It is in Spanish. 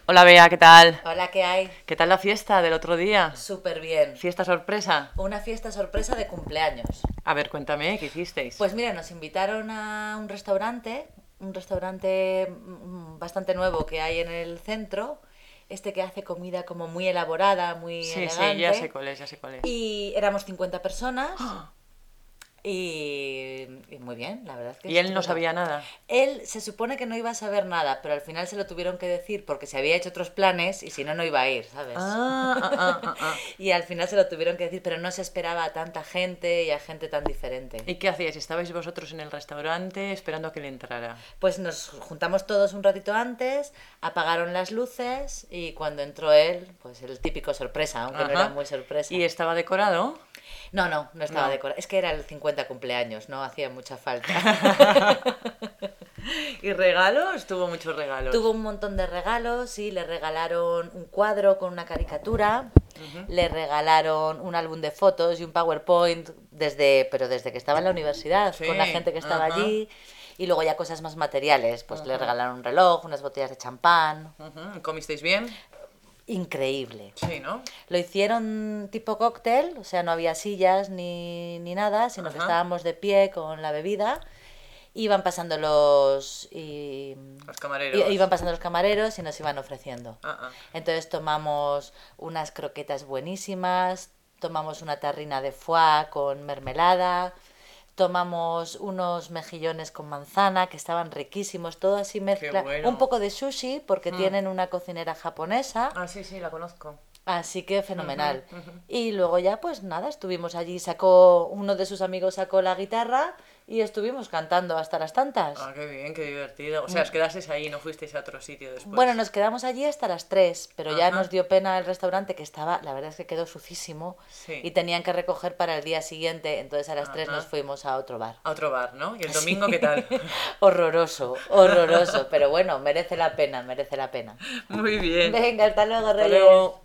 Hola Bea, ¿qué tal? Hola, ¿qué hay? ¿Qué tal la fiesta del otro día? Súper bien. ¿Fiesta sorpresa? Una fiesta sorpresa de cumpleaños. A ver, cuéntame, ¿qué hicisteis? Pues mira, nos invitaron a un restaurante bastante nuevo que hay en el centro, este que hace comida como muy elaborada, muy Sí, sí, ya sé elegante. cuál es, ya sé cuál es. Y éramos 50 personas ¡Ah! y muy bien, la verdad es que ¿Y él no estupendo. sabía nada? Él se supone que no iba a saber nada, pero al final se lo tuvieron que decir porque se había hecho otros planes y si no, no iba a ir, ¿sabes? Ah, ah, ah, ah, ah. Y al final se lo tuvieron que decir, pero no se esperaba a tanta gente y a gente tan diferente. ¿Y qué hacíais? ¿Estabais vosotros en el restaurante esperando a que él entrara? Pues nos juntamos todos un ratito antes, apagaron las luces y cuando entró él, pues el típico sorpresa, aunque no era Ajá. muy sorpresa. ¿Y estaba decorado? No estaba No. decorado. Es que era el 50 cumpleaños, no hacía mucha falta. ¿Y regalos? Tuvo muchos regalos. Tuvo un montón de regalos y le regalaron un cuadro con una caricatura, le regalaron un álbum de fotos y un PowerPoint pero desde que estaba en la universidad, Sí, con la gente que estaba ajá. allí. Y luego ya cosas más materiales, pues le regalaron un reloj, unas botellas de champán. Ujú. ¿Comisteis bien? Increíble. Sí, ¿no? Lo hicieron tipo cóctel, o sea, no había sillas ni nada, sino que Ajá. estábamos de pie con la bebida. Iban pasando los Los camareros. iban pasando los camareros y nos iban ofreciendo. Ah, ah. Entonces tomamos unas croquetas buenísimas, tomamos una tarrina de foie con mermelada, tomamos unos mejillones con manzana que estaban riquísimos, todo así Qué mezcla, bueno. un poco de sushi porque Mm. tienen una cocinera japonesa. Ah, sí, sí, la conozco. Así que fenomenal. Y luego ya pues nada, estuvimos allí, uno de sus amigos sacó la guitarra y estuvimos cantando hasta las tantas. Ah, qué bien, qué divertido. O sea, os quedasteis ahí, no fuisteis a otro sitio después. Bueno, nos quedamos allí hasta las 3, pero ya Ajá. nos dio pena el restaurante que estaba, la verdad es que quedó sucísimo Sí. y tenían que recoger para el día siguiente, entonces a las 3 Ajá. nos fuimos a otro bar. A otro bar, ¿no? ¿Y el domingo qué tal? Horroroso, horroroso, pero bueno, merece la pena, merece la pena. Muy bien. Venga, hasta luego, Hasta Reyes. luego.